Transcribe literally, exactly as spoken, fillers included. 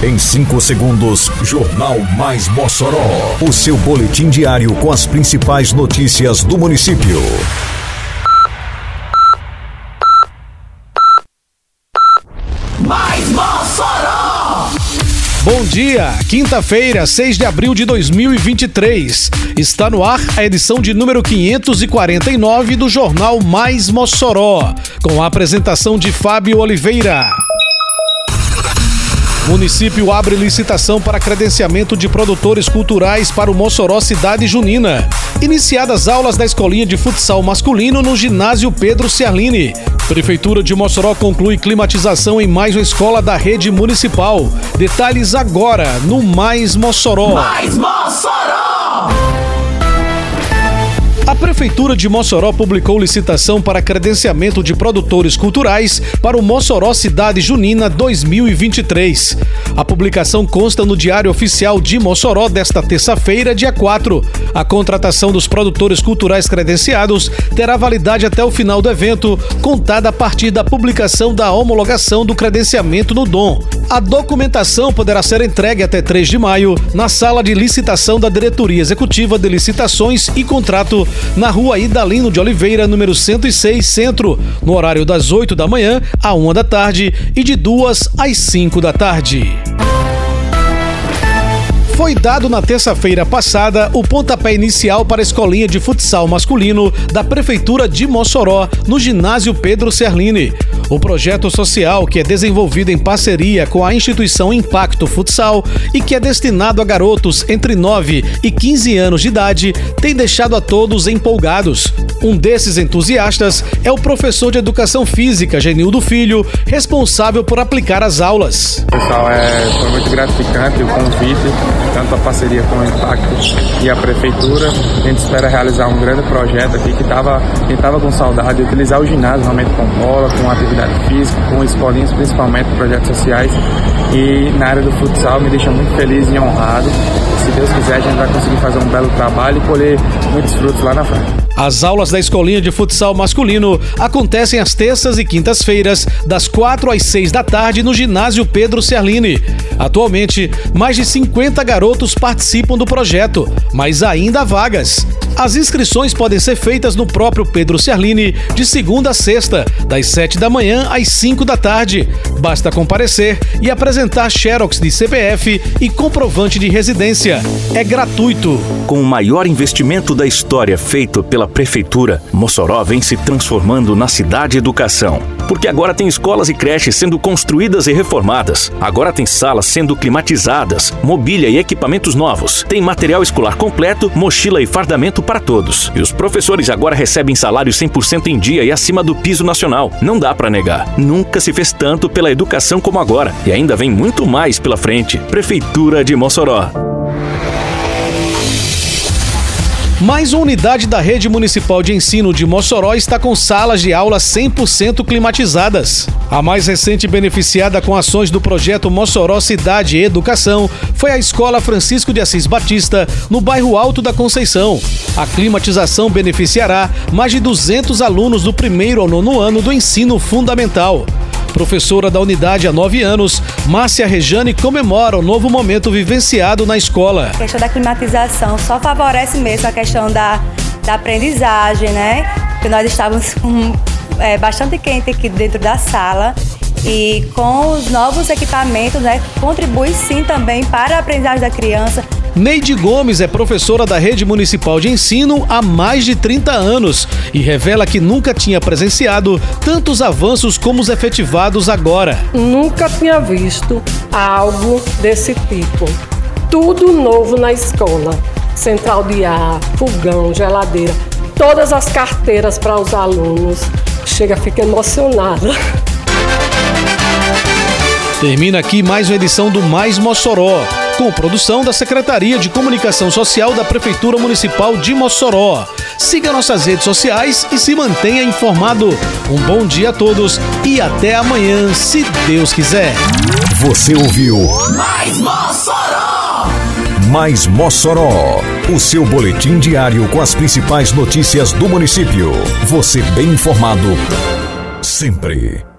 Em cinco segundos, Jornal Mais Mossoró. O seu boletim diário com as principais notícias do município. Mais Mossoró! Bom dia, quinta-feira, seis de abril de dois mil e vinte e três. Está no ar a edição de número quinhentos e quarenta e nove do Jornal Mais Mossoró, com a apresentação de Fábio Oliveira. Município abre licitação para credenciamento de produtores culturais para o Mossoró Cidade Junina. Iniciadas aulas da escolinha de futsal masculino no ginásio Pedro Ciarline. Prefeitura de Mossoró conclui climatização em mais uma escola da rede municipal. Detalhes agora no Mais Mossoró. Mais Mossoró! A Prefeitura de Mossoró publicou licitação para credenciamento de produtores culturais para o Mossoró Cidade Junina dois mil e vinte e três. A publicação consta no Diário Oficial de Mossoró desta terça-feira, dia quatro. A contratação dos produtores culturais credenciados terá validade até o final do evento, contada a partir da publicação da homologação do credenciamento no D O M. A documentação poderá ser entregue até três de maio na sala de licitação da Diretoria Executiva de Licitações e Contrato, na Rua Idalino de Oliveira, número cento e seis, Centro, no horário das oito da manhã à uma da tarde e de duas às cinco da tarde. Foi dado na terça-feira passada o pontapé inicial para a escolinha de futsal masculino da Prefeitura de Mossoró, no ginásio Pedro Ciarline. O projeto social, que é desenvolvido em parceria com a instituição Impacto Futsal e que é destinado a garotos entre nove e quinze anos de idade, tem deixado a todos empolgados. Um desses entusiastas é o professor de Educação Física, Genildo Filho, responsável por aplicar as aulas. Pessoal, é, foi muito gratificante o convite, tanto a parceria com o Impacto e a Prefeitura. A gente espera realizar um grande projeto aqui que estava que tava com saudade de utilizar o ginásio realmente com bola, com atividade física, com escolinhas, principalmente projetos sociais. E na área do futsal me deixa muito feliz e honrado. Se Deus quiser, a gente vai conseguir fazer um belo trabalho e colher muitos frutos lá na frente. As aulas da escolinha de futsal masculino acontecem às terças e quintas-feiras, das quatro às seis da tarde, no ginásio Pedro Ciarline. Atualmente, mais de cinquenta garotos participam do projeto, mas ainda há vagas. As inscrições podem ser feitas no próprio Pedro Ciarline de segunda a sexta, das sete da manhã às cinco da tarde. Basta comparecer e apresentar xerox de C P F e comprovante de residência. É gratuito. Com o maior investimento da história feito pela Prefeitura, Mossoró vem se transformando na cidade educação. Porque agora tem escolas e creches sendo construídas e reformadas. Agora tem salas sendo climatizadas, mobília e equipamentos novos. Tem material escolar completo, mochila e fardamento para todos. E os professores agora recebem salário cem por cento em dia e acima do piso nacional. Não dá para negar. Nunca se fez tanto pela educação como agora. E ainda vem muito mais pela frente. Prefeitura de Mossoró. Mais uma unidade da Rede Municipal de Ensino de Mossoró está com salas de aula cem por cento climatizadas. A mais recente beneficiada com ações do projeto Mossoró Cidade e Educação foi a Escola Francisco de Assis Batista, no bairro Alto da Conceição. A climatização beneficiará mais de duzentos alunos do primeiro ao nono ano do ensino fundamental. Professora da unidade há nove anos, Márcia Rejane comemora o novo momento vivenciado na escola. A questão da climatização só favorece mesmo a questão da, da aprendizagem, né? Porque nós estávamos com, é, bastante quente aqui dentro da sala e com os novos equipamentos, né, contribui sim também para a aprendizagem da criança. Neide Gomes é professora da Rede Municipal de Ensino há mais de trinta anos e revela que nunca tinha presenciado tantos avanços como os efetivados agora. Nunca tinha visto algo desse tipo. Tudo novo na escola. Central de ar, fogão, geladeira, todas as carteiras para os alunos. Chega, fica emocionada. Termina aqui mais uma edição do Mais Mossoró, com produção da Secretaria de Comunicação Social da Prefeitura Municipal de Mossoró. Siga nossas redes sociais e se mantenha informado. Um bom dia a todos e até amanhã, se Deus quiser. Você ouviu Mais Mossoró! Mais Mossoró, o seu boletim diário com as principais notícias do município. Você bem informado sempre.